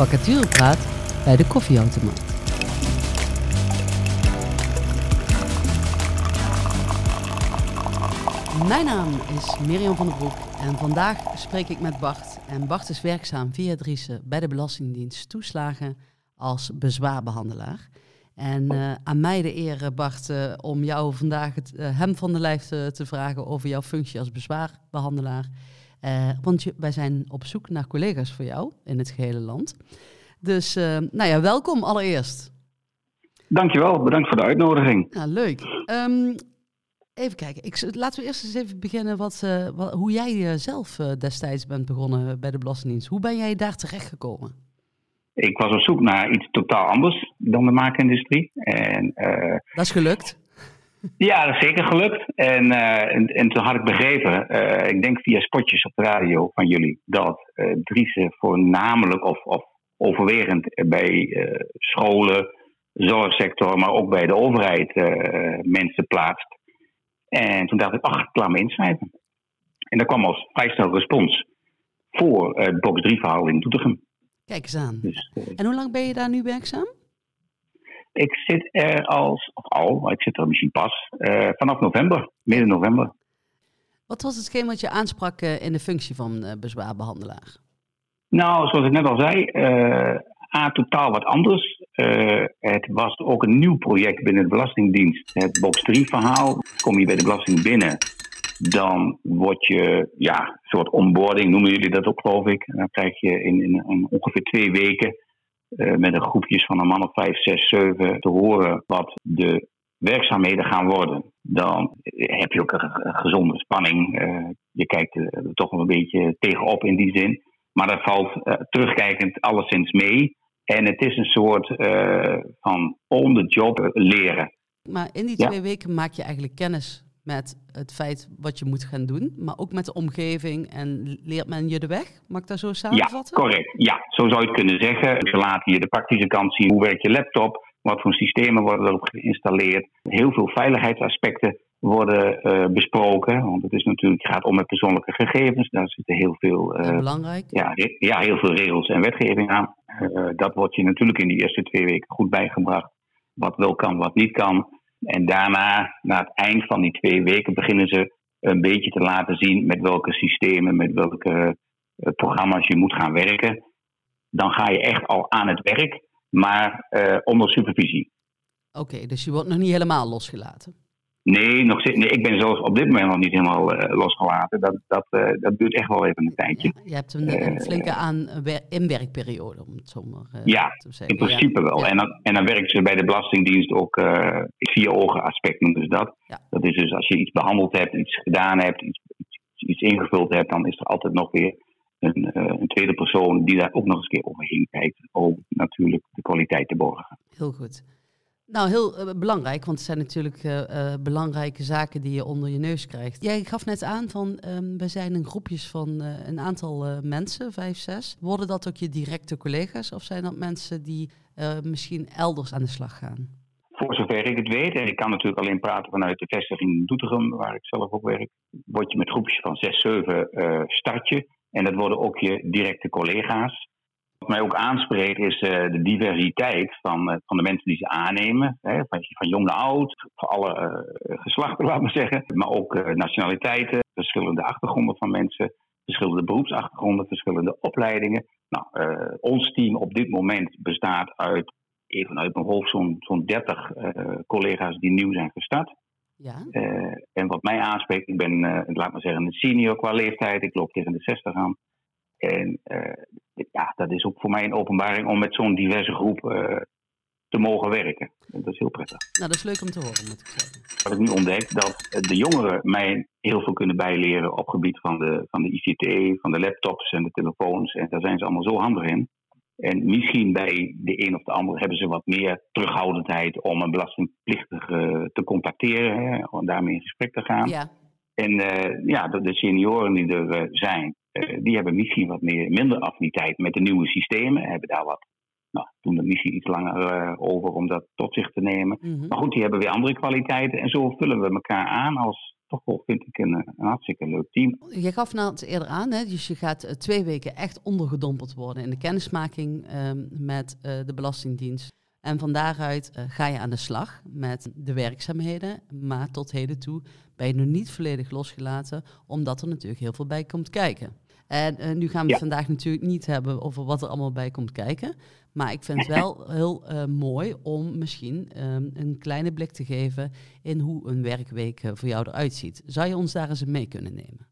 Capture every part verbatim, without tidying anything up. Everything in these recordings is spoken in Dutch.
Vacaturepraat bij de koffieautomaat. Mijn naam is Mirjam van der Broek en vandaag spreek ik met Bart. En Bart is werkzaam via Driessen bij de Belastingdienst Toeslagen als bezwaarbehandelaar. En uh, aan mij de eer, Bart, uh, om jou vandaag het uh, hem van de lijf te, te vragen over jouw functie als bezwaarbehandelaar. Uh, want je, wij zijn op zoek naar collega's voor jou in het gehele land. Dus uh, nou ja, welkom allereerst. Dankjewel, bedankt voor de uitnodiging. Ja, leuk. Um, even kijken, ik, laten we eerst eens even beginnen wat, uh, wat, hoe jij uh, zelf uh, destijds bent begonnen bij de Belastingdienst. Hoe ben jij daar terechtgekomen? Ik was op zoek naar iets totaal anders dan de maakindustrie. En, uh, dat is gelukt? Ja, dat is zeker gelukt. En, uh, en, en toen had ik begrepen, uh, ik denk via spotjes op de radio van jullie, dat uh, Driessen voornamelijk of, of overwegend bij uh, scholen, zorgsector, maar ook bij de overheid uh, mensen plaatst. En toen dacht ik, ach, ik laat me inschrijven. En daar kwam als vrij snel respons voor het box drie verhaal in Doetinchem. Kijk eens aan. Dus, uh, en hoe lang ben je daar nu werkzaam? Ik zit er als, of al, maar ik zit er misschien pas, uh, vanaf november, midden november. Wat was hetgeen wat je aansprak uh, in de functie van uh, bezwaarbehandelaar? Nou, zoals ik net al zei, uh, A, totaal wat anders. Uh, het was ook een nieuw project binnen de Belastingdienst. Het box drie verhaal. Kom je bij de Belasting binnen, dan word je, ja, een soort onboarding, noemen jullie dat ook, geloof ik. En dan krijg je in, in, in ongeveer twee weken uh, met een groepjes van een man of vijf, zes, zeven te horen wat de werkzaamheden gaan worden. Dan heb je ook een gezonde spanning. Uh, je kijkt er toch wel een beetje tegenop in die zin. Maar dat valt uh, terugkijkend alleszins mee. En het is een soort uh, van on the job leren. Maar in die twee ja. weken maak je eigenlijk kennis met het feit wat je moet gaan doen. Maar ook met de omgeving en leert men je de weg? Mag ik dat zo samenvatten? Ja, correct. Ja, zo zou je het kunnen zeggen. Ze laten je de praktische kant zien. Hoe werkt je laptop? Wat voor systemen worden erop geïnstalleerd? Heel veel veiligheidsaspecten worden uh, besproken. Want het is natuurlijk, het gaat om met persoonlijke gegevens. Daar zitten heel veel, uh, belangrijk. Ja, re- ja, heel veel regels en wetgeving aan. Uh, dat wordt je natuurlijk in die eerste twee weken goed bijgebracht. Wat wel kan, wat niet kan. En daarna, na het eind van die twee weken, beginnen ze een beetje te laten zien met welke systemen, met welke uh, programma's je moet gaan werken. Dan ga je echt al aan het werk, maar uh, onder supervisie. Oké, okay, dus je wordt nog niet helemaal losgelaten? Nee, nog, nee, ik ben zelfs op dit moment nog niet helemaal uh, losgelaten. Dat, dat, uh, dat duurt echt wel even een tijdje. Ja, je hebt een, een flinke aan inwerkperiode, om het zo maar uh, ja, te zeggen. In principe ja, wel. Ja. En, dan, en dan werken ze bij de Belastingdienst ook uh, vier ogen aspect noemen ze dat. Ja. Dat is dus als je iets behandeld hebt, iets gedaan hebt, iets, iets, iets ingevuld hebt, dan is er altijd nog weer een, uh, een tweede persoon die daar ook nog eens een keer overheen kijkt. Om natuurlijk de kwaliteit te borgen. Heel goed. Nou, heel uh, belangrijk, want het zijn natuurlijk uh, uh, belangrijke zaken die je onder je neus krijgt. Jij gaf net aan van, um, we zijn in groepjes van uh, een aantal uh, mensen, vijf, zes. Worden dat ook je directe collega's of zijn dat mensen die uh, misschien elders aan de slag gaan? Voor zover ik het weet, en ik kan natuurlijk alleen praten vanuit de vestiging in Doetinchem, waar ik zelf ook werk, word je met groepjes van zes, zeven uh, start je. En dat worden ook je directe collega's. Wat mij ook aanspreekt is uh, de diversiteit van, uh, van de mensen die ze aannemen. Hè, van, van jong naar oud, van alle uh, geslachten, laten we zeggen. Maar ook uh, nationaliteiten, verschillende achtergronden van mensen, verschillende beroepsachtergronden, verschillende opleidingen. Nou, uh, ons team op dit moment bestaat uit, even uit mijn hoofd, zo'n, zo'n dertig uh, collega's die nieuw zijn gestart. Ja. Uh, en wat mij aanspreekt, ik ben, uh, laat maar zeggen, een senior qua leeftijd. Ik loop tegen de zestig aan. En uh, ja, dat is ook voor mij een openbaring om met zo'n diverse groep uh, te mogen werken. En dat is heel prettig. Nou, dat is leuk om te horen, moet ik zeggen. Wat ik nu ontdek, dat de jongeren mij heel veel kunnen bijleren op gebied van de, van de I C T, van de laptops en de telefoons. En daar zijn ze allemaal zo handig in. En misschien bij de een of de ander hebben ze wat meer terughoudendheid om een belastingplichtige te contacteren. Hè, om daarmee in gesprek te gaan. Ja. En uh, ja, de, de senioren die er uh, zijn, uh, die hebben misschien wat meer, minder affiniteit met de nieuwe systemen. Hebben daar wat, nou, doen er misschien iets langer uh, over om dat tot zich te nemen. Mm-hmm. Maar goed, die hebben weer andere kwaliteiten. En zo vullen we elkaar aan als toch wel, vind ik, een, een hartstikke leuk team. Je gaf nou het eerder aan, hè? Dus je gaat uh, twee weken echt ondergedompeld worden in de kennismaking uh, met uh, de Belastingdienst. En van daaruit uh, ga je aan de slag met de werkzaamheden. Maar tot heden toe ben je nog niet volledig losgelaten, omdat er natuurlijk heel veel bij komt kijken. En uh, nu gaan we het ja. vandaag natuurlijk niet hebben over wat er allemaal bij komt kijken. Maar ik vind het wel heel uh, mooi om misschien um, een kleine blik te geven in hoe een werkweek uh, voor jou eruit ziet. Zou je ons daar eens mee kunnen nemen?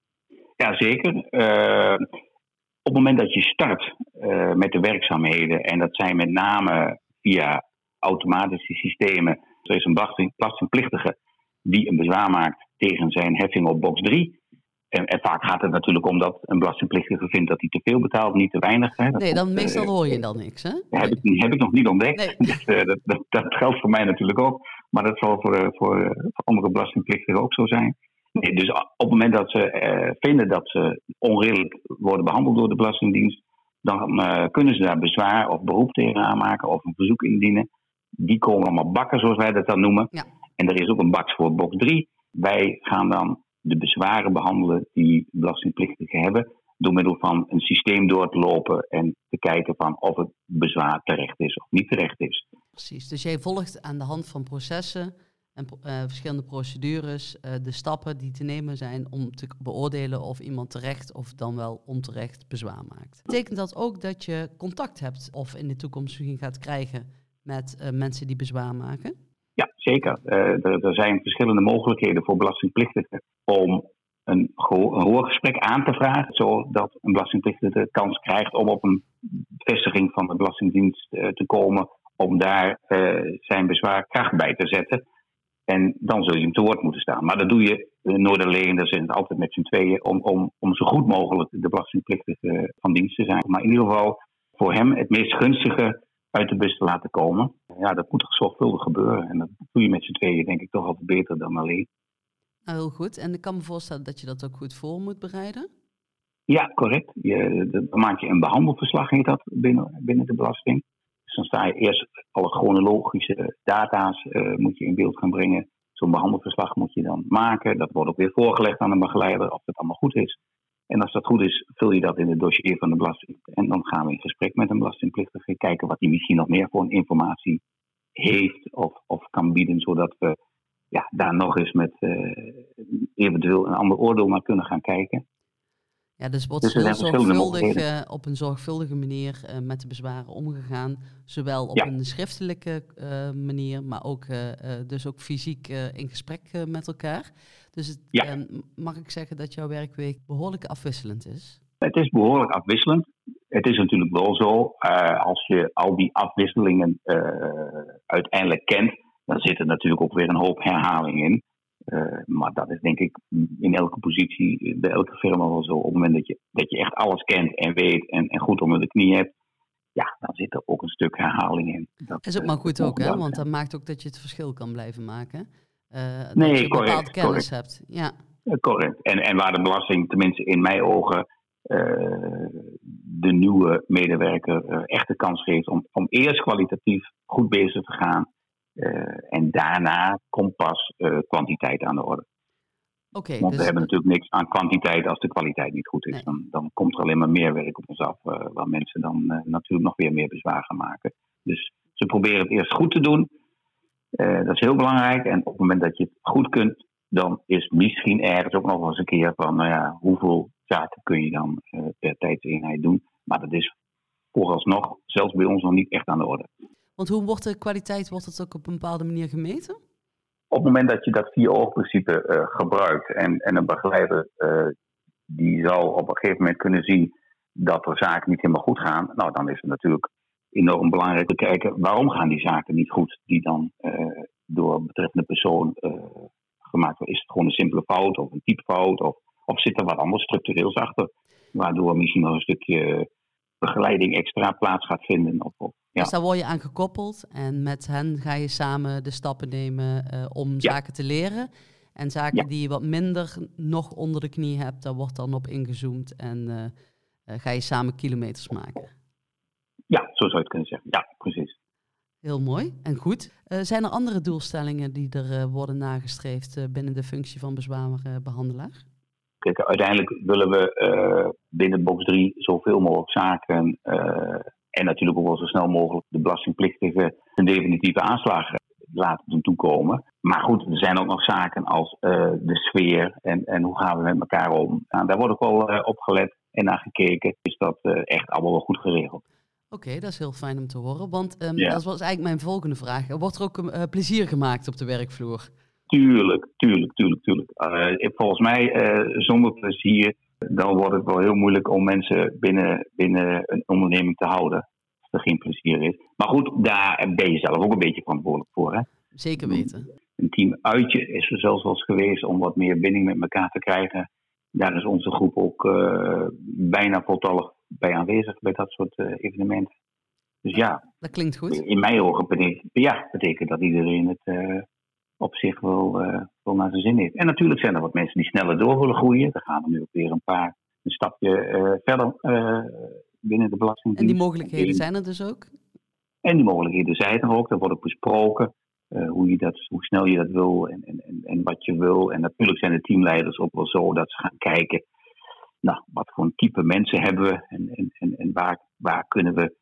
Ja, zeker. Uh, op het moment dat je start uh, met de werkzaamheden, en dat zijn met name via automatische systemen. Er is een belasting, belastingplichtige die een bezwaar maakt tegen zijn heffing op box drie. En, en vaak gaat het natuurlijk om dat een belastingplichtige vindt dat hij te veel betaalt, niet te weinig. Hè. Dat nee, dan komt, meestal uh, hoor je dan niks, hè? Nee. Heb, ik, heb ik nog niet ontdekt. Nee. Dus, uh, dat, dat, dat geldt voor mij natuurlijk ook. Maar dat zal voor, uh, voor, uh, voor andere belastingplichtigen ook zo zijn. Nee, dus op het moment dat ze uh, vinden dat ze onredelijk worden behandeld door de Belastingdienst, dan uh, kunnen ze daar bezwaar of beroep tegen aanmaken of een verzoek indienen. Die komen allemaal bakken, zoals wij dat dan noemen. Ja. En er is ook een bak voor box drie. Wij gaan dan de bezwaren behandelen die belastingplichtigen hebben, door middel van een systeem door te lopen en te kijken van of het bezwaar terecht is of niet terecht is. Precies, dus jij volgt aan de hand van processen en uh, verschillende procedures uh, de stappen die te nemen zijn om te beoordelen of iemand terecht of dan wel onterecht bezwaar maakt. Betekent dat ook dat je contact hebt of in de toekomst misschien gaat krijgen met uh, mensen die bezwaar maken? Ja, zeker. Uh, er, er zijn verschillende mogelijkheden voor belastingplichtigen om een, geho- een hoorgesprek aan te vragen, zodat een belastingplichtige de kans krijgt om op een vestiging van de Belastingdienst uh, te komen, om daar uh, zijn bezwaar kracht bij te zetten. En dan zul je hem te woord moeten staan. Maar dat doe je uh, nooit alleen, dat is het altijd met z'n tweeën, om, om, om zo goed mogelijk de belastingplichtige van dienst te zijn. Maar in ieder geval voor hem het meest gunstige uit de bus te laten komen. Ja, dat moet toch zorgvuldig gebeuren. En dat doe je met z'n tweeën denk ik toch altijd beter dan alleen. Nou, heel goed. En ik kan me voorstellen dat je dat ook goed voor moet bereiden. Ja, correct. Je, dan maak je een behandelverslag, heet dat, binnen, binnen de belasting. Dus dan sta je eerst alle chronologische data's uh, moet je in beeld gaan brengen. Zo'n behandelverslag moet je dan maken. Dat wordt ook weer voorgelegd aan een begeleider of het allemaal goed is. En als dat goed is, vul je dat in het dossier van de belasting. En dan gaan we in gesprek met een belastingplichtige. Kijken wat hij misschien nog meer voor een informatie heeft of, of kan bieden. Zodat we ja, daar nog eens met uh, eventueel een ander oordeel naar kunnen gaan kijken. Ja, dus wordt dus heel zorgvuldig, uh, op een zorgvuldige manier uh, met de bezwaren omgegaan. Zowel op ja. een schriftelijke uh, manier, maar ook, uh, uh, dus ook fysiek uh, in gesprek uh, met elkaar. Dus het, ja. uh, mag ik zeggen dat jouw werkweek behoorlijk afwisselend is? Het is behoorlijk afwisselend. Het is natuurlijk wel zo, uh, als je al die afwisselingen uh, uiteindelijk kent, dan zit er natuurlijk ook weer een hoop herhaling in. Uh, maar dat is denk ik in elke positie, bij elke firma wel zo. Op het moment dat je, dat je echt alles kent en weet en, en goed onder de knie hebt, ja, dan zit er ook een stuk herhaling in. Dat is ook maar goed ook, hè? Want dat maakt ook dat je het verschil kan blijven maken. Uh, nee, dat je correct, bepaalde kennis correct. hebt. Ja. Uh, correct. En, en waar de belasting, tenminste in mijn ogen, uh, de nieuwe medewerker uh, echt de kans geeft om, om eerst kwalitatief goed bezig te gaan. Uh, en daarna komt pas uh, kwantiteit aan de orde. Okay, Want dus we hebben natuurlijk niks aan kwantiteit als de kwaliteit niet goed is. Nee. Dan, dan komt er alleen maar meer werk op ons af, uh, waar mensen dan uh, natuurlijk nog weer meer bezwaar gaan maken. Dus ze proberen het eerst goed te doen. Uh, dat is heel belangrijk. En op het moment dat je het goed kunt, dan is misschien ergens ook nog eens een keer van, nou ja, hoeveel zaken kun je dan uh, per tijdseenheid doen. Maar dat is vooralsnog zelfs bij ons nog niet echt aan de orde. Want hoe wordt de kwaliteit, wordt het ook op een bepaalde manier gemeten? Op het moment dat je dat vier-oog-principe uh, gebruikt en, en een begeleider uh, die zal op een gegeven moment kunnen zien dat er zaken niet helemaal goed gaan, nou dan is het natuurlijk enorm belangrijk te kijken waarom gaan die zaken niet goed die dan uh, door een betreffende persoon uh, gemaakt worden. Is het gewoon een simpele fout of een typefout of, of zit er wat anders structureels achter, waardoor misschien nog een stukje begeleiding extra plaats gaat vinden. Of, of, ja. Dus daar word je aan gekoppeld en met hen ga je samen de stappen nemen uh, om ja. zaken te leren. En zaken ja. die je wat minder nog onder de knie hebt, daar wordt dan op ingezoomd en uh, uh, ga je samen kilometers maken. Ja, zo zou je het kunnen zeggen. Ja, precies. Heel mooi en goed. Uh, zijn er andere doelstellingen die er uh, worden nagestreefd uh, binnen de functie van bezwaarbehandelaar? Kijk, uiteindelijk willen we uh, binnen box drie zoveel mogelijk zaken uh, en natuurlijk ook wel zo snel mogelijk de belastingplichtigen een definitieve aanslag laten doen toekomen. Maar goed, er zijn ook nog zaken als uh, de sfeer en, en hoe gaan we met elkaar om. Nou, daar wordt ook wel uh, op gelet en naar gekeken. Is dat uh, echt allemaal wel goed geregeld. Oké, okay, dat is heel fijn om te horen. Want um, ja. dat was eigenlijk mijn volgende vraag. Wordt er ook uh, plezier gemaakt op de werkvloer? Tuurlijk, tuurlijk, tuurlijk, tuurlijk. Uh, volgens mij, uh, zonder plezier, dan wordt het wel heel moeilijk om mensen binnen, binnen een onderneming te houden. Als er geen plezier is. Maar goed, daar ben je zelf ook een beetje verantwoordelijk voor. Hè? Zeker weten. Een team uitje is er zelfs wel eens geweest om wat meer binding met elkaar te krijgen. Daar is onze groep ook uh, bijna voltallig bij aanwezig bij dat soort uh, evenementen. Dus ja, dat klinkt goed. In mijn ogen betekent, ja, betekent dat iedereen het uh, op zich wel, uh, wel naar zijn zin heeft. En natuurlijk zijn er wat mensen die sneller door willen groeien. Dan gaan er nu ook weer een paar een stapje uh, verder uh, binnen de belastingdienst. En die mogelijkheden zijn er dus ook? En die mogelijkheden zijn er ook. Er wordt ook besproken uh, hoe, je dat, hoe snel je dat wil en, en, en wat je wil. En natuurlijk zijn de teamleiders ook wel zo dat ze gaan kijken. Nou, wat voor een type mensen hebben we en, en, en, en waar, waar kunnen we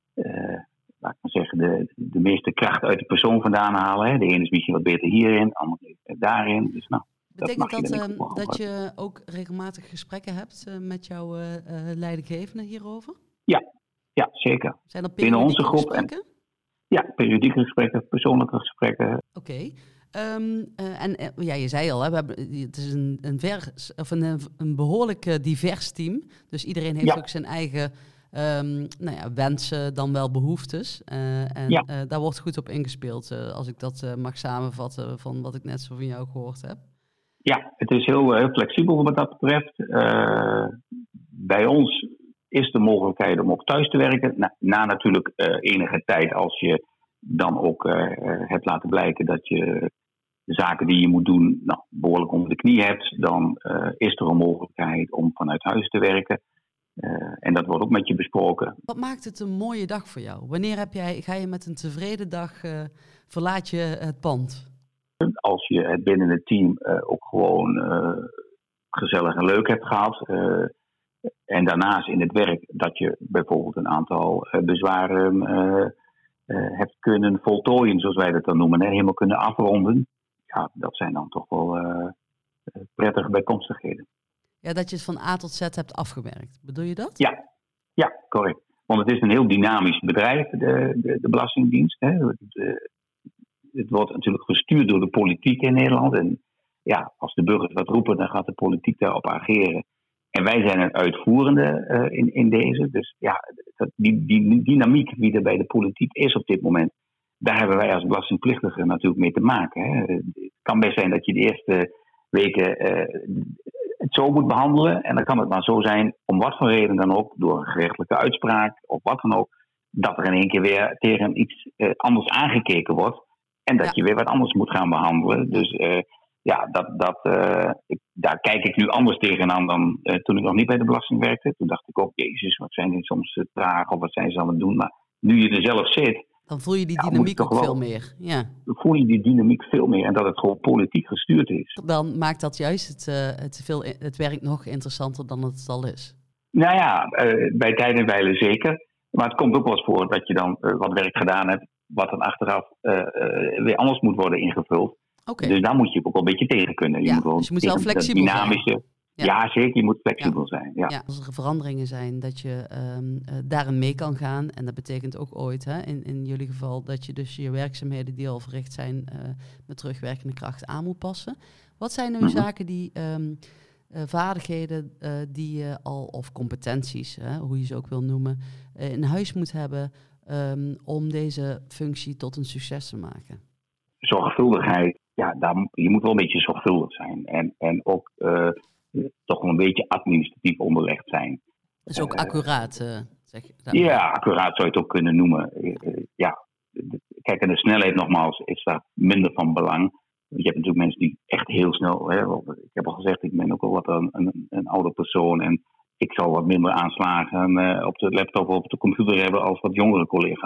uh, laat ik maar zeggen, de, de meeste kracht uit de persoon vandaan halen. Hè? De ene is misschien wat beter hierin, de andere daarin. Dus, nou, betekent dat, dat, dat, uh, dat je ook regelmatig gesprekken hebt uh, met jouw uh, uh, leidinggevende hierover? Ja, ja zeker. Zijn er binnen onze groep gesprekken? En, ja, periodieke gesprekken, persoonlijke gesprekken. Oké. Okay. Um, uh, en uh, ja, je zei al, hè, we hebben, het is een, een, vers, of een, een behoorlijk uh, divers team. Dus iedereen heeft ja. ook zijn eigen um, nou ja, wensen, dan wel behoeftes. Uh, en ja. uh, daar wordt goed op ingespeeld, uh, als ik dat uh, mag samenvatten van wat ik net zo van jou gehoord heb. Ja, het is heel, heel flexibel wat dat betreft. Uh, bij ons is de mogelijkheid om ook thuis te werken. Na, na natuurlijk uh, enige tijd als je dan ook uh, hebt laten blijken dat je de zaken die je moet doen nou, behoorlijk onder de knie hebt, dan uh, is er een mogelijkheid om vanuit huis te werken. Uh, en dat wordt ook met je besproken. Wat maakt het een mooie dag voor jou? Wanneer heb jij, ga je met een tevreden dag, uh, verlaat je het pand? Als je het binnen het team uh, ook gewoon uh, gezellig en leuk hebt gehad. Uh, en daarnaast in het werk dat je bijvoorbeeld een aantal uh, bezwaren uh, uh, hebt kunnen voltooien, zoals wij dat dan noemen. Hè, helemaal kunnen afronden. Ja, dat zijn dan toch wel uh, prettige bijkomstigheden. Ja, dat je het van A tot Z hebt afgewerkt. Bedoel je dat? Ja, ja, correct. Want het is een heel dynamisch bedrijf, de, de, de Belastingdienst. Hè. De, het wordt natuurlijk gestuurd door de politiek in Nederland. En ja, als de burgers wat roepen, dan gaat de politiek daarop ageren. En wij zijn een uitvoerende uh, in, in deze. Dus ja, dat, die, die dynamiek die er bij de politiek is op dit moment, daar hebben wij als belastingplichtigen natuurlijk mee te maken. Hè. Het kan best zijn dat je de eerste weken uh, het zo moet behandelen. En dan kan het maar zo zijn, om wat voor reden dan ook, door een gerechtelijke uitspraak of wat dan ook, dat er in één keer weer tegen iets uh, anders aangekeken wordt. En dat ja. je weer wat anders moet gaan behandelen. Dus uh, ja, dat, dat, uh, ik, daar kijk ik nu anders tegenaan dan uh, toen ik nog niet bij de belasting werkte. Toen dacht ik ook, jezus, wat zijn die soms uh, traag of wat zijn ze aan het doen. Maar nu je er zelf zit, dan voel je die ja, dynamiek ook veel meer. Ja. Dan voel je die dynamiek veel meer en dat het gewoon politiek gestuurd is. Dan maakt dat juist het, uh, het, veel, het werk nog interessanter dan het al is. Nou ja, uh, bij tijd en wijle zeker. Maar het komt ook wel eens voor dat je dan uh, wat werk gedaan hebt, wat dan achteraf uh, uh, weer anders moet worden ingevuld. Okay. Dus daar moet je ook wel een beetje tegen kunnen. Je ja, moet wel dus je moet wel flexibel dynamische, zijn. Ja. ja, zeker. Je moet flexibel ja. zijn. Ja. Ja, als er veranderingen zijn, dat je um, uh, daarin mee kan gaan. En dat betekent ook ooit, hè, in, in jullie geval, dat je dus je werkzaamheden die al verricht zijn uh, met terugwerkende kracht aan moet passen. Wat zijn nu mm-hmm. zaken die, um, uh, vaardigheden uh, die je al, of competenties, hè, hoe je ze ook wil noemen, uh, in huis moet hebben um, om deze functie tot een succes te maken? Zorgvuldigheid, ja, daar, je moet wel een beetje zorgvuldig zijn. En, en ook uh, toch wel een beetje administratief onderlegd zijn. Dus ook uh, accuraat, uh, zeg je? Dan. Ja, accuraat zou je het ook kunnen noemen. Uh, uh, ja, kijk, en de snelheid nogmaals is daar minder van belang. Je hebt natuurlijk mensen die echt heel snel, hè, ik heb al gezegd, ik ben ook wel wat een, een, een oude persoon en ik zal wat minder aanslagen uh, op de laptop of op de computer hebben als wat jongere collega's.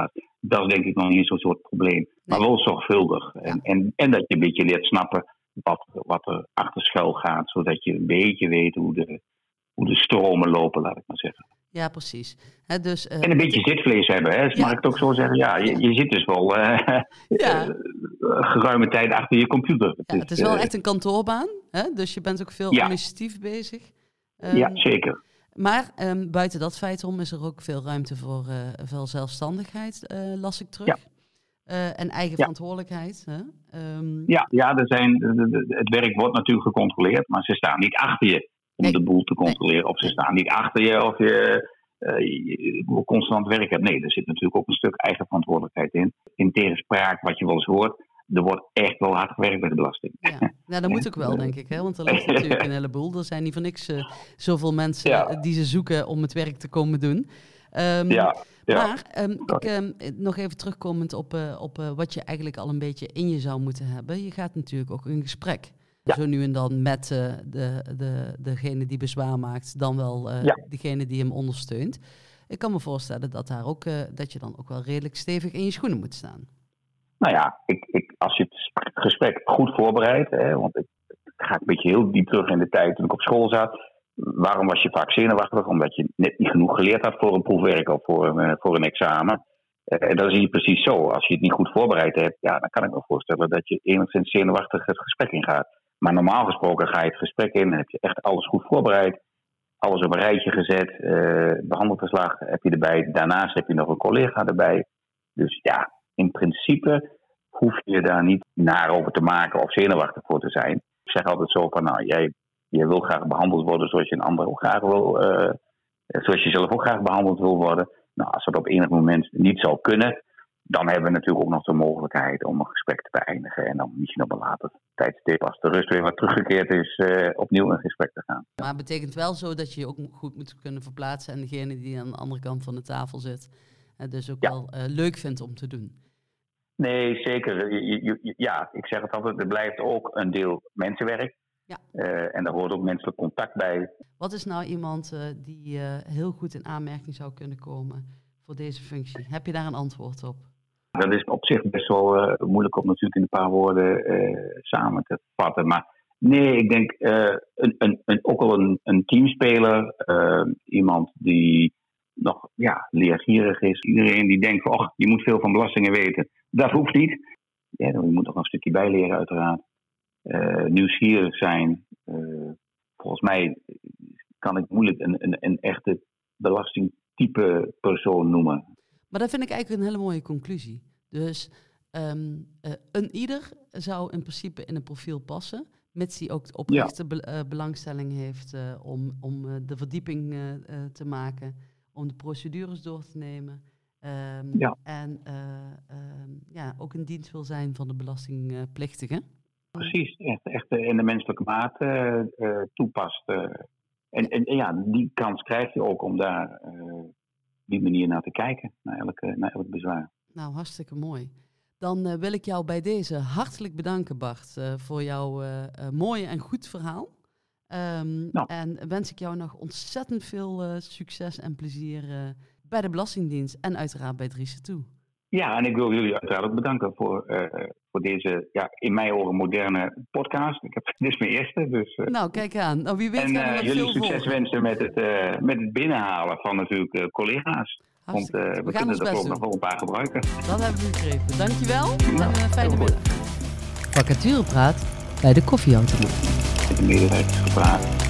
dat is denk ik nog niet zo'n soort probleem. Nee. Maar wel zorgvuldig. Ja. En, en, en dat je een beetje leert snappen wat, wat er achter schuil gaat. Zodat je een beetje weet hoe de, hoe de stromen lopen, laat ik maar zeggen. Ja, precies. He, dus, uh, en een beetje zitvlees hebben, hè? Dus ja. Mag ik het ook zo zeggen? Ja, je, je zit dus wel uh, ja. uh, geruime tijd achter je computer. Ja, het is, het is wel uh, echt een kantoorbaan, hè? Dus je bent ook veel ja. administratief bezig. Um, ja, zeker. Maar um, buiten dat feit om is er ook veel ruimte voor, uh, voor zelfstandigheid, uh, las ik terug. Ja. Uh, en eigen ja. verantwoordelijkheid. Hè? Um, ja, ja er zijn, de, de, het werk wordt natuurlijk gecontroleerd, maar ze staan niet achter je om nee. de boel te controleren. Nee. Of ze staan niet achter je of je, uh, je constant werk hebt. Nee, er zit natuurlijk ook een stuk eigen verantwoordelijkheid in. In tegenspraak wat je wel eens hoort, er wordt echt wel hard gewerkt bij de belasting. Ja, nou, dat moet ook wel, denk ik. Hè? Want er ligt natuurlijk een heleboel. Er zijn niet voor niks uh, zoveel mensen ja. die ze zoeken om het werk te komen doen. Um, ja, ja. Maar um, ik, um, nog even terugkomend op, uh, op uh, wat je eigenlijk al een beetje in je zou moeten hebben. Je gaat natuurlijk ook in gesprek. Ja. Zo nu en dan met uh, de, de, degene die bezwaar maakt, dan wel uh, ja. degene die hem ondersteunt. Ik kan me voorstellen dat, daar ook, uh, dat je dan ook wel redelijk stevig in je schoenen moet staan. Nou ja, ik, ik, als je het gesprek goed voorbereidt, hè, want ik, ik ga een beetje heel diep terug in de tijd toen ik op school zat. Waarom was je vaak zenuwachtig? Omdat je net niet genoeg geleerd had voor een proefwerk of voor een, uh, voor een examen. Uh, en dat is hier precies zo. Als je het niet goed voorbereid hebt, ja, dan kan ik me voorstellen dat je enigszins zenuwachtig het gesprek ingaat. Maar normaal gesproken ga je het gesprek in, heb je echt alles goed voorbereid. Alles op een rijtje gezet. Uh, behandelverslag heb je erbij. Daarnaast heb je nog een collega erbij. Dus ja, in principe hoef je daar niet naar over te maken of zenuwachtig voor te zijn. Ik zeg altijd zo van, nou, jij, jij wil graag behandeld worden zoals je een ander ook graag wil, uh, zoals je zelf ook graag behandeld wil worden. Nou, als dat op enig moment niet zal kunnen, dan hebben we natuurlijk ook nog de mogelijkheid om een gesprek te beëindigen. En dan misschien op een later tijdstip, als de rust weer wat teruggekeerd is, uh, opnieuw in gesprek te gaan. Maar het betekent wel zo dat je je ook goed moet kunnen verplaatsen en degene die aan de andere kant van de tafel zit, uh, dus ook ja. wel uh, leuk vindt om te doen. Nee, zeker. Je, je, ja, ik zeg het altijd, er blijft ook een deel mensenwerk. Ja. Uh, en daar hoort ook menselijk contact bij. Wat is nou iemand uh, die uh, heel goed in aanmerking zou kunnen komen voor deze functie? Heb je daar een antwoord op? Dat is op zich best wel uh, moeilijk om natuurlijk in een paar woorden uh, samen te vatten. Maar nee, ik denk uh, een, een, een, ook al een, een teamspeler. Uh, iemand die nog ja, leergierig is. Iedereen die denkt van, oh, je moet veel van belastingen weten. Dat hoeft niet. Ja, je moet nog een stukje bijleren uiteraard. Uh, nieuwsgierig zijn. Uh, volgens mij kan ik moeilijk een, een, een echte belastingtype persoon noemen. Maar dat vind ik eigenlijk een hele mooie conclusie. Dus um, uh, een ieder zou in principe in een profiel passen, mits hij ook oprechte ja. be- uh, belangstelling heeft uh, om, om uh, de verdieping uh, uh, te maken, om de procedures door te nemen. Um, ja. En uh, uh, ja, ook in dienst wil zijn van de belastingplichtigen. Precies, echt, echt in de menselijke maat uh, uh, toepast. Uh, en, en, en ja, die kans krijg je ook om daar uh, die manier naar te kijken, naar elke, naar elk bezwaar. Nou, hartstikke mooi. Dan uh, wil ik jou bij deze hartelijk bedanken, Bart, uh, voor jouw uh, uh, mooie en goed verhaal. Um, nou. En wens ik jou nog ontzettend veel uh, succes en plezier uh, bij de Belastingdienst en uiteraard bij Driessen toe. Ja, en ik wil jullie uiteraard ook bedanken voor, uh, voor deze, ja, in mijn ogen moderne podcast. Ik heb, dit is mijn eerste, dus... Uh, nou, kijk aan. Nou, wie weet en gaan we uh, nog jullie veel succes volgen. wensen met het, uh, met het binnenhalen van natuurlijk uh, collega's. Want uh, we, we kunnen er ook nog wel een paar gebruiken. Dat hebben we begrepen. Dankjewel nou, en uh, fijne middag. Vacaturepraat bij de koffieautomaat. Met de medewerkers gepraat.